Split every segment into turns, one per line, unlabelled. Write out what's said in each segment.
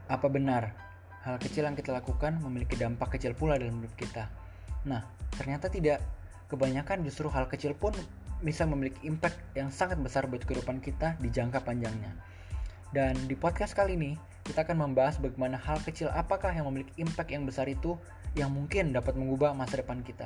Apa benar hal kecil yang kita lakukan memiliki dampak kecil pula dalam hidup kita? Nah, ternyata tidak. Kebanyakan justru hal kecil pun bisa memiliki impact yang sangat besar buat kehidupan kita di jangka panjangnya. Dan di podcast kali ini, kita akan membahas bagaimana hal kecil apakah yang memiliki impact yang besar itu yang mungkin dapat mengubah masa depan kita.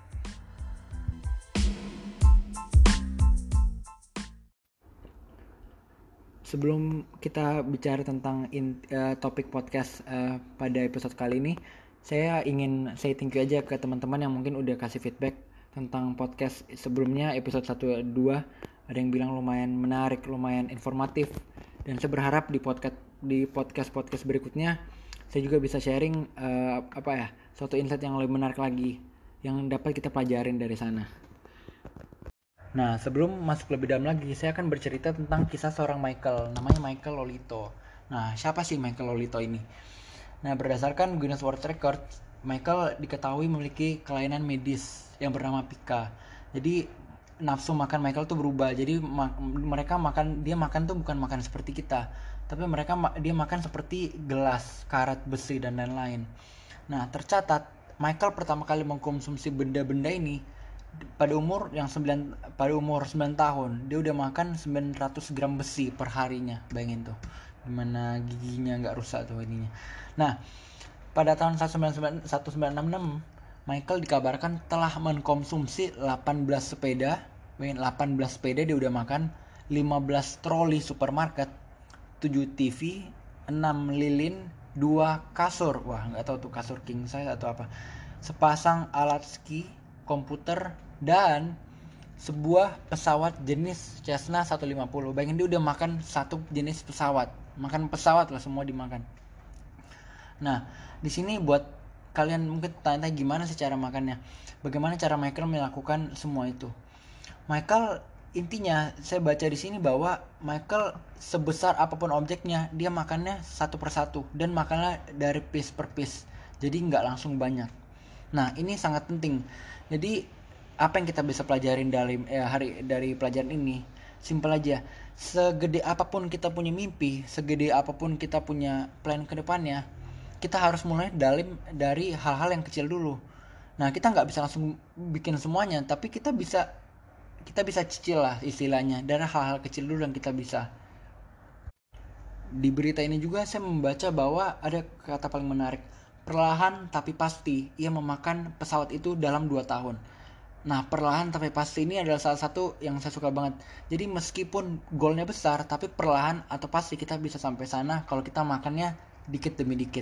Sebelum kita bicara tentang topik podcast pada episode kali ini, saya ingin say thank you aja ke teman-teman yang mungkin udah kasih feedback tentang podcast sebelumnya, episode 1 2. Ada yang bilang lumayan menarik, lumayan informatif. Dan saya berharap di podcast berikutnya saya juga bisa sharing suatu insight yang lebih menarik lagi yang dapat kita pelajarin dari sana. Nah, sebelum masuk lebih dalam lagi, saya akan bercerita tentang kisah seorang Michael, namanya Michael Lolito. Nah, siapa sih Michael Lolito ini? Nah, berdasarkan Guinness World Record, Michael diketahui memiliki kelainan medis yang bernama Pica. Jadi, nafsu makan Michael tuh berubah. Jadi, dia makan tuh bukan makan seperti kita, tapi dia makan seperti gelas, karat, besi, dan lain-lain. Nah, tercatat Michael pertama kali mengkonsumsi benda-benda ini pada umur 9 tahun. Dia udah makan 900 gram besi per harinya. Bayangin tuh gimana giginya nggak rusak tuh ininya. Nah, pada tahun 1966 Michael dikabarkan telah mengkonsumsi 18 sepeda. Bayangin 18 sepeda dia udah makan, 15 troli supermarket, 7 TV, 6 lilin, 2 kasur. Wah, nggak tahu tuh kasur king size atau apa. Sepasang alat ski, komputer, dan sebuah pesawat jenis Cessna 150. Bayangin dia udah makan satu jenis pesawat. Makan pesawat lah, semua dimakan. Nah, di sini buat kalian mungkin tanya-tanya gimana sih cara makannya. Bagaimana cara Michael melakukan semua itu. Michael, intinya saya baca di sini bahwa Michael sebesar apapun objeknya, dia makannya satu persatu dan makannya dari piece per piece. Jadi nggak langsung banyak. Nah, ini sangat penting. Jadi apa yang kita bisa pelajarin dari pelajaran ini? Simpel aja. Segede apapun kita punya mimpi, segede apapun kita punya plan ke depannya, kita harus mulai dari hal-hal yang kecil dulu. Nah, kita nggak bisa langsung bikin semuanya, tapi kita bisa cicil lah istilahnya dari hal-hal kecil dulu yang kita bisa. Di berita ini juga saya membaca bahwa ada kata paling menarik. Perlahan tapi pasti ia memakan pesawat itu dalam 2 tahun. Nah, perlahan tapi pasti ini adalah salah satu yang saya suka banget. Jadi meskipun goalnya besar, tapi perlahan atau pasti kita bisa sampai sana kalau kita makannya dikit demi dikit.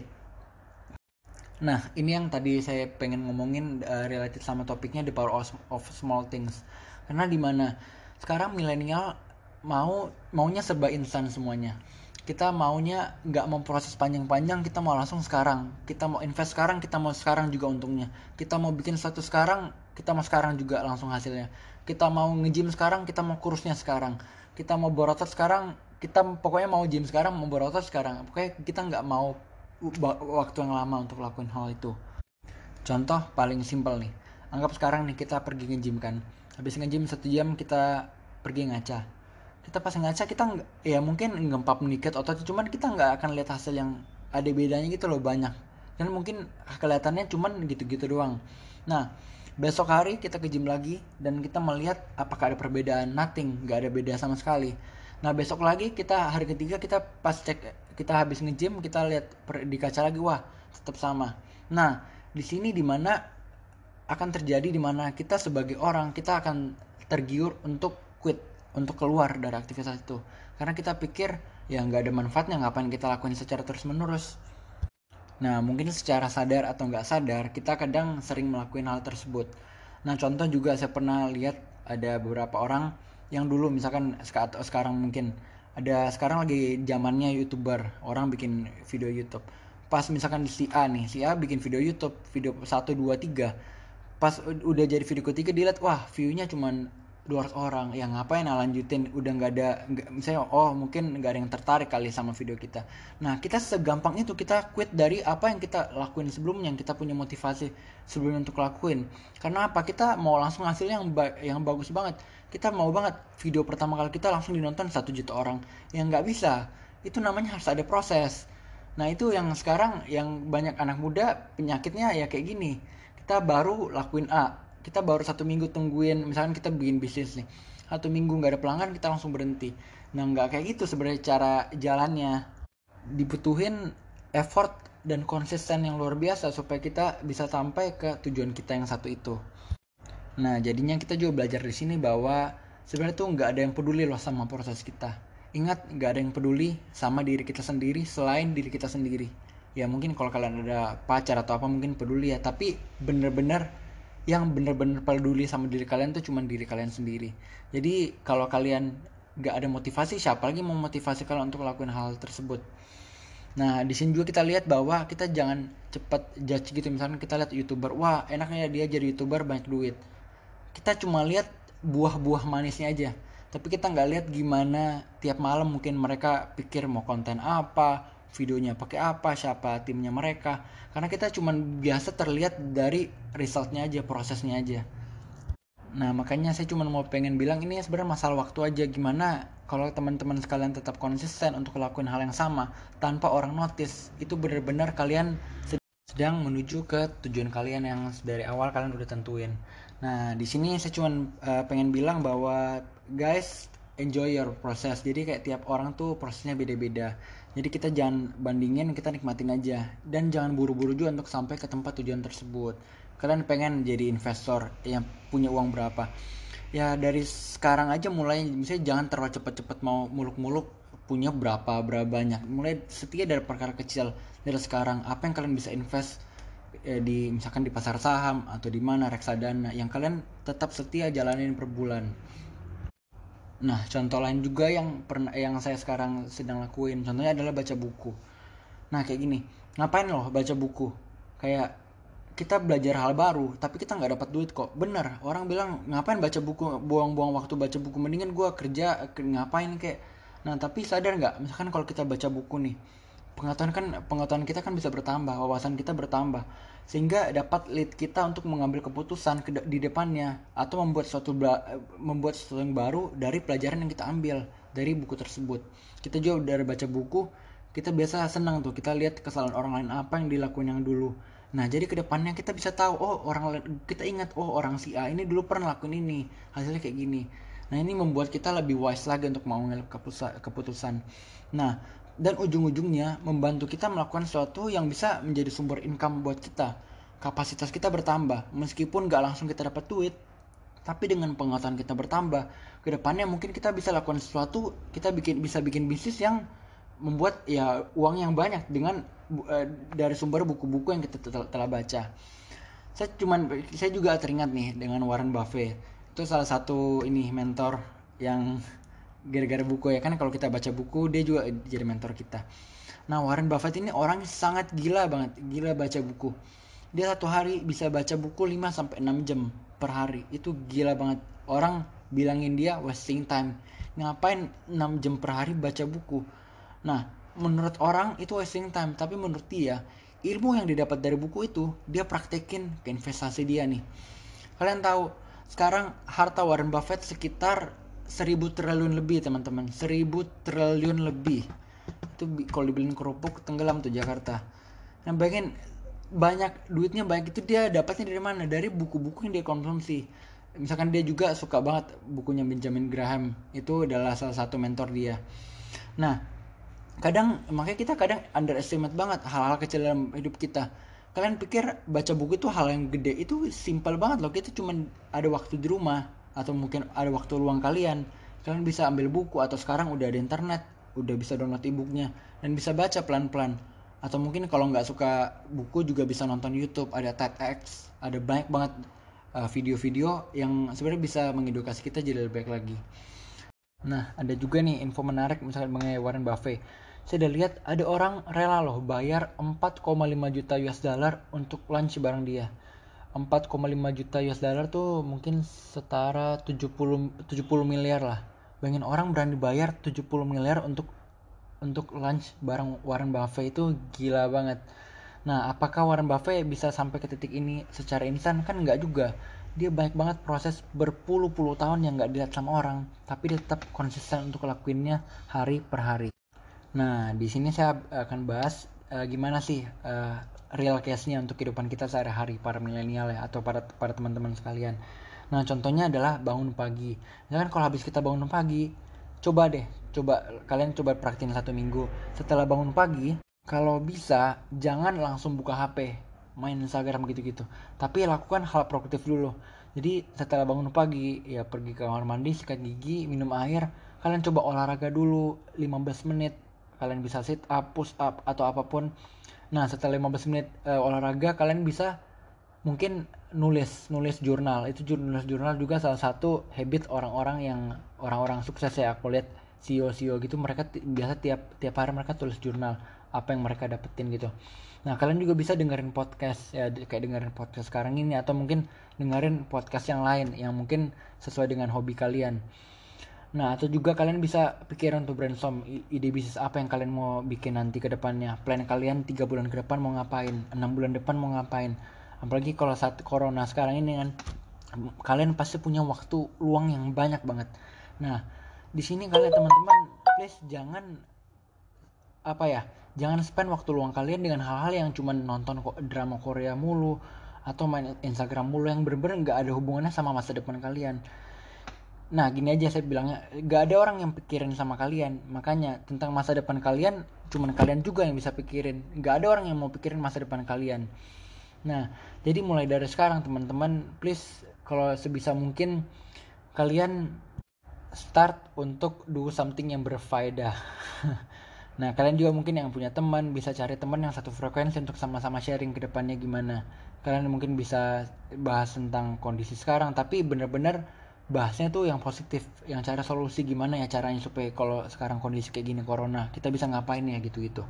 Nah, ini yang tadi saya pengen ngomongin related sama topiknya the power of small things. Karena dimana sekarang milenial maunya serba instan semuanya. Kita maunya nggak mau proses panjang-panjang, kita mau langsung sekarang. Kita mau invest sekarang, kita mau sekarang juga untungnya. Kita mau bikin sesuatu sekarang, kita mau sekarang juga langsung hasilnya. Kita mau nge-gym sekarang, kita mau kurusnya sekarang. Kita mau berotot sekarang, kita pokoknya mau gym sekarang, mau berotot sekarang. Pokoknya kita nggak mau waktu yang lama untuk lakukan hal itu. Contoh paling simpel nih, anggap sekarang nih kita pergi nge-gym kan. Habis nge-gym 1 jam kita pergi ngaca. Kita pas ngaca kita ya mungkin ngempap dikit otot, cuman kita nggak akan lihat hasil yang ada bedanya gitu loh, banyak. Dan mungkin kelihatannya cuman gitu-gitu doang. Nah, besok hari kita ke gym lagi dan kita melihat apakah ada perbedaan. Nothing, nggak ada beda sama sekali. Nah, besok lagi kita hari ketiga kita pas cek, kita habis nge-gym, kita lihat di kaca lagi, wah tetap sama. Nah, di sini dimana akan terjadi dimana kita sebagai orang kita akan tergiur untuk quit, untuk keluar dari aktivitas itu, karena kita pikir ya nggak ada manfaatnya, ngapain kita lakuin secara terus menerus. Nah, mungkin secara sadar atau nggak sadar kita kadang sering melakukan hal tersebut. Nah, contoh juga saya pernah lihat ada beberapa orang yang dulu misalkan sekarang mungkin sekarang lagi zamannya YouTuber, orang bikin video YouTube. Pas misalkan si A bikin video YouTube, video 1 2 3, pas udah jadi video ketiga dilihat, wah viewnya cuman 200 orang, ya ngapain lanjutin, udah misalnya mungkin nggak ada yang tertarik kali sama video kita. Nah, kita segampang itu kita quit dari apa yang kita lakuin sebelumnya, yang kita punya motivasi sebelumnya untuk lakuin. Karena apa? Kita mau langsung hasilnya yang bagus banget. Kita mau banget video pertama kali kita langsung dinonton 1 juta orang, yang nggak bisa. Itu namanya harus ada proses. Nah itu yang sekarang yang banyak anak muda penyakitnya ya kayak gini. Kita baru lakuin A, kita baru 1 minggu tungguin, misalkan kita bikin bisnis nih, 1 minggu nggak ada pelanggan kita langsung berhenti. Nah nggak kayak gitu sebenarnya cara jalannya. Dibutuhin effort dan konsisten yang luar biasa supaya kita bisa sampai ke tujuan kita yang satu itu. Nah, jadinya kita juga belajar di sini bahwa sebenarnya tuh nggak ada yang peduli loh sama proses kita. Ingat, nggak ada yang peduli sama diri kita sendiri selain diri kita sendiri. Ya mungkin kalau kalian ada pacar atau apa mungkin peduli ya, tapi bener-bener yang bener-bener peduli sama diri kalian tuh cuma diri kalian sendiri. Jadi kalau kalian nggak ada motivasi, siapa lagi mau motivasi kalian untuk melakukan hal tersebut? Nah, di sini juga kita lihat bahwa kita jangan cepat judge gitu. Misalnya kita lihat YouTuber, wah enaknya dia jadi YouTuber banyak duit. Kita cuma lihat buah-buah manisnya aja. Tapi kita nggak lihat gimana tiap malam mungkin mereka pikir mau konten apa, videonya pakai apa, siapa timnya mereka. Karena kita cuma biasa terlihat dari resultnya aja, prosesnya aja. Nah, makanya saya cuma mau pengen bilang ini sebenarnya masalah waktu aja. Gimana kalau teman-teman sekalian tetap konsisten untuk lakuin hal yang sama tanpa orang notice. Itu benar-benar kalian sedang menuju ke tujuan kalian yang dari awal kalian udah tentuin. Nah, di sini saya cuma pengen bilang bahwa guys, enjoy your process. Jadi kayak tiap orang tuh prosesnya beda-beda. Jadi kita jangan bandingin, kita nikmatin aja. Dan jangan buru-buru juga untuk sampai ke tempat tujuan tersebut. Kalian pengen jadi investor yang punya uang berapa? Ya dari sekarang aja mulai, misalnya jangan terlalu cepet-cepet mau muluk-muluk punya berapa banyak. Mulai setia dari perkara kecil dari sekarang. Apa yang kalian bisa invest di misalkan di pasar saham atau di mana reksadana yang kalian tetap setia jalanin per bulan. Nah, contoh lain juga yang saya sekarang sedang lakuin, contohnya adalah baca buku. Nah, kayak gini, ngapain loh baca buku? Kayak kita belajar hal baru, tapi kita nggak dapat duit kok. Bener, orang bilang ngapain baca buku, buang-buang waktu baca buku, mendingan gue kerja, ngapain kayak. Nah, tapi sadar nggak, misalkan kalau kita baca buku nih, pengetahuan kita kan bisa bertambah, wawasan kita bertambah, sehingga dapat lead kita untuk mengambil keputusan di depannya atau membuat sesuatu yang baru dari pelajaran yang kita ambil dari buku tersebut. Kita juga dari baca buku, kita biasa senang tuh kita lihat kesalahan orang lain apa yang dilakuin yang dulu. Nah, jadi kedepannya kita bisa tahu, oh orang lain, kita ingat, oh orang si A ini dulu pernah lakuin ini, hasilnya kayak gini. Nah, ini membuat kita lebih wise lagi untuk mengambil keputusan. Nah, dan ujung-ujungnya membantu kita melakukan sesuatu yang bisa menjadi sumber income buat kita. Kapasitas kita bertambah, meskipun gak langsung kita dapat duit, tapi dengan pengetahuan kita bertambah, kedepannya mungkin kita bisa lakukan sesuatu, kita bisa bikin bisnis yang membuat ya uang yang banyak dengan dari sumber buku-buku yang kita telah baca. Saya juga teringat nih dengan Warren Buffett. Itu salah satu ini mentor yang gara-gara buku ya kan, kalau kita baca buku dia juga jadi mentor kita. Nah, Warren Buffett ini orang sangat gila banget, gila baca buku. Dia satu hari bisa baca buku 5 sampai 6 jam per hari. Itu gila banget. Orang bilangin dia wasting time. Ngapain 6 jam per hari baca buku? Nah, menurut orang itu wasting time, tapi menurut dia ilmu yang didapat dari buku itu dia praktekin ke investasi dia nih. Kalian tahu sekarang harta Warren Buffett sekitar 1.000 triliun lebih, teman-teman. 1.000 triliun lebih. Itu kalau dibeliin kerupuk tenggelam tuh Jakarta. Nah, bayangin banyak duitnya, banyak itu dia dapatnya dari mana? Dari buku-buku yang dia konsumsi. Misalkan dia juga suka banget bukunya Benjamin Graham. Itu adalah salah satu mentor dia. Nah, makanya kita kadang underestimate banget hal-hal kecil dalam hidup kita. Kalian pikir baca buku itu hal yang gede? Itu simpel banget loh. Kita cuma ada waktu di rumah atau mungkin ada waktu luang kalian bisa ambil buku, atau sekarang udah ada internet, udah bisa download e-booknya dan bisa baca pelan-pelan. Atau mungkin kalau nggak suka buku juga bisa nonton YouTube, ada TEDx, ada banyak banget video-video yang sebenarnya bisa mengedukasi kita jadi lebih baik lagi. Nah, ada juga nih info menarik misalkan mengenai Warren Buffett. Saya udah lihat ada orang rela loh bayar 4,5 juta US dollar untuk lunch bareng dia. 4,5 juta US dollar tuh mungkin setara 70 miliar lah. Bayangin orang berani bayar 70 miliar untuk lunch bareng Warren Buffett, itu gila banget. Nah, apakah Warren Buffett bisa sampai ke titik ini secara instan? Kan enggak juga. Dia banyak banget proses berpuluh-puluh tahun yang enggak dilihat sama orang, tapi dia tetap konsisten untuk lakuinnya hari per hari. Nah, di sini saya akan bahas gimana sih real case-nya untuk kehidupan kita sehari-hari para milenial ya, atau para teman-teman sekalian. Nah, contohnya adalah bangun pagi. Misalkan kalau habis kita bangun pagi, kalian coba praktiin 1 minggu. Setelah bangun pagi, kalau bisa jangan langsung buka HP, main Instagram gitu-gitu. Tapi lakukan hal produktif dulu. Jadi setelah bangun pagi, ya pergi ke kamar mandi, sikat gigi, minum air. Kalian coba olahraga dulu 15 menit. Kalian bisa sit up, push up, atau apapun. Nah, setelah 15 menit olahraga, kalian bisa mungkin nulis jurnal. Nulis jurnal juga salah satu habit orang-orang sukses ya. Aku lihat CEO gitu, mereka biasa tiap hari mereka tulis jurnal apa yang mereka dapetin gitu. Nah, kalian juga bisa dengerin podcast ya, kayak dengerin podcast sekarang ini, atau mungkin dengerin podcast yang lain yang mungkin sesuai dengan hobi kalian. Nah, atau juga kalian bisa pikiran untuk brainstorm ide bisnis apa yang kalian mau bikin nanti ke depannya. Plan kalian 3 bulan ke depan mau ngapain, 6 bulan depan mau ngapain. Apalagi kalau saat corona sekarang ini kan, kalian pasti punya waktu luang yang banyak banget. Nah, di sini kalian teman-teman, please jangan jangan spend waktu luang kalian dengan hal-hal yang cuma nonton drama Korea mulu atau main Instagram mulu yang bener-bener nggak ada hubungannya sama masa depan kalian. Nah, gini aja saya bilangnya, gak ada orang yang pikirin sama kalian. Makanya tentang masa depan kalian cuman kalian juga yang bisa pikirin. Gak ada orang yang mau pikirin masa depan kalian. Nah, jadi mulai dari sekarang teman-teman, please kalau sebisa mungkin kalian start untuk do something yang berfaedah. Nah, kalian juga mungkin yang punya teman bisa cari teman yang satu frekuensi untuk sama-sama sharing ke depannya gimana. Kalian mungkin bisa bahas tentang kondisi sekarang, tapi bener-bener bahasnya tuh yang positif, yang cara solusi gimana ya caranya supaya kalau sekarang kondisi kayak gini corona kita bisa ngapain ya gitu.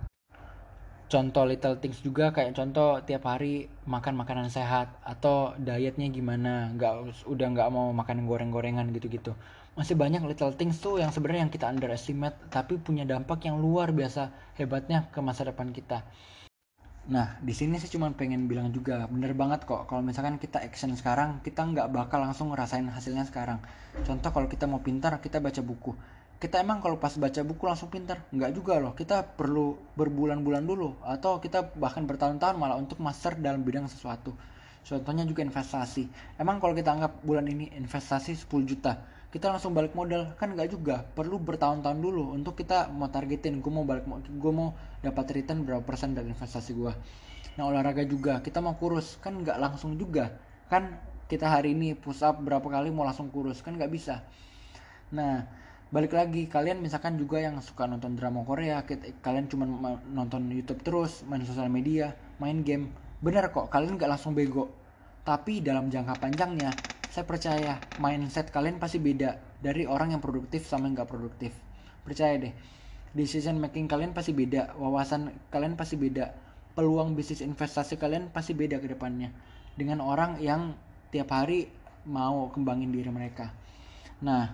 Contoh little things juga, kayak contoh tiap hari makan makanan sehat atau dietnya gimana, udah nggak mau makan goreng-gorengan gitu-gitu. Masih banyak little things tuh yang sebenarnya yang kita underestimate tapi punya dampak yang luar biasa hebatnya ke masa depan kita. Nah, di sini saya cuma pengen bilang juga, bener banget kok kalau misalkan kita action sekarang, kita nggak bakal langsung ngerasain hasilnya sekarang. Contoh kalau kita mau pintar, kita baca buku. Kita emang kalau pas baca buku langsung pintar? Nggak juga loh, kita perlu berbulan-bulan dulu, atau kita bahkan bertahun-tahun malah untuk master dalam bidang sesuatu. Contohnya juga investasi. Emang kalau kita anggap bulan ini investasi 10 juta, kita langsung balik modal? Kan nggak juga, perlu bertahun-tahun dulu untuk kita mau targetin, gue mau dapat return berapa persen dari investasi gue. Nah, olahraga juga, kita mau kurus kan nggak langsung juga kan, kita hari ini push up berapa kali mau langsung kurus kan nggak bisa. Nah, balik lagi, kalian misalkan juga yang suka nonton drama Korea, kalian cuma nonton YouTube terus, main sosial media, main game, bener kok kalian nggak langsung bego, tapi dalam jangka panjangnya saya percaya mindset kalian pasti beda dari orang yang produktif sama yang gak produktif. Percaya deh, decision making kalian pasti beda, wawasan kalian pasti beda, peluang bisnis investasi kalian pasti beda ke depannya dengan orang yang tiap hari mau kembangin diri mereka. Nah,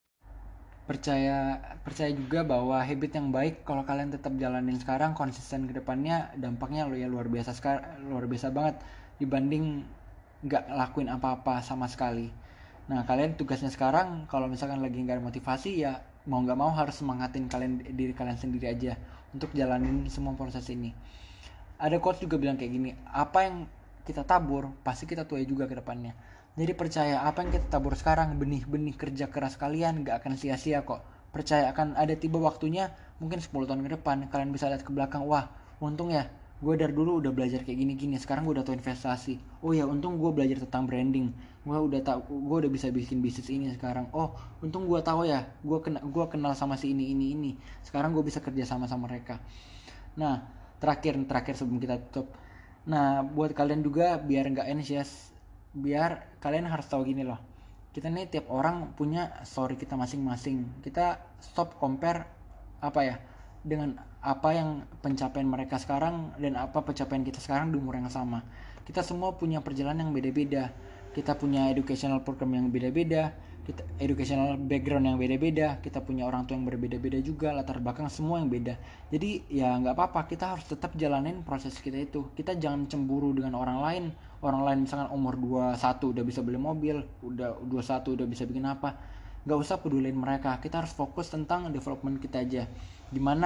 percaya juga bahwa habit yang baik kalau kalian tetap jalanin sekarang konsisten ke depannya, dampaknya luar biasa banget dibanding nggak lakuin apa-apa sama sekali. Nah, kalian tugasnya sekarang kalau misalkan lagi nggak ada motivasi, ya mau nggak mau harus semangatin diri kalian sendiri aja untuk jalanin semua proses ini. Ada quotes juga bilang kayak gini, apa yang kita tabur pasti kita tuai juga ke depannya. Jadi percaya, apa yang kita tabur sekarang, benih-benih kerja keras kalian gak akan sia-sia kok. Percaya akan ada tiba waktunya, mungkin 10 tahun ke depan kalian bisa lihat ke belakang, wah untung ya gue dari dulu udah belajar kayak gini-gini, sekarang gue udah tahu investasi. Oh ya, untung gue belajar tentang branding, gue udah bisa bikin bisnis ini sekarang. Oh, untung gue tahu ya, gue kenal sama si ini, sekarang gue bisa kerja sama mereka. Nah, terakhir sebelum kita tutup, nah buat kalian juga biar nggak anxious, biar kalian harus tahu gini loh, kita nih tiap orang punya story kita masing-masing. Kita stop compare dengan apa yang pencapaian mereka sekarang dan apa pencapaian kita sekarang di umur yang sama. Kita semua punya perjalanan yang beda-beda, kita punya educational program yang beda-beda, kita educational background yang beda-beda, kita punya orang tua yang berbeda-beda juga, latar belakang semua yang beda. Jadi ya nggak apa-apa, kita harus tetap jalanin proses kita itu. Kita jangan cemburu dengan orang lain misalkan umur 21 udah bisa beli mobil, udah 21 udah bisa bikin apa, nggak usah pedulin mereka. Kita harus fokus tentang development kita aja, gimana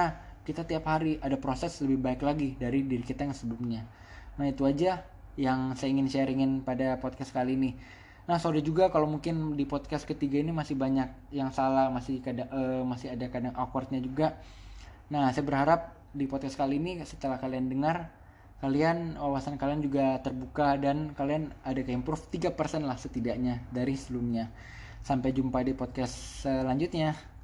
kita tiap hari ada proses lebih baik lagi dari diri kita yang sebelumnya. Nah itu aja yang saya ingin sharingin pada podcast kali ini. Nah sorry juga kalau mungkin di podcast ketiga ini masih banyak yang salah, masih ada kadang awkwardnya juga. Nah saya berharap di podcast kali ini setelah kalian dengar, kalian wawasan kalian juga terbuka dan kalian ada ke improve 3% lah setidaknya dari sebelumnya. Sampai jumpa di podcast selanjutnya.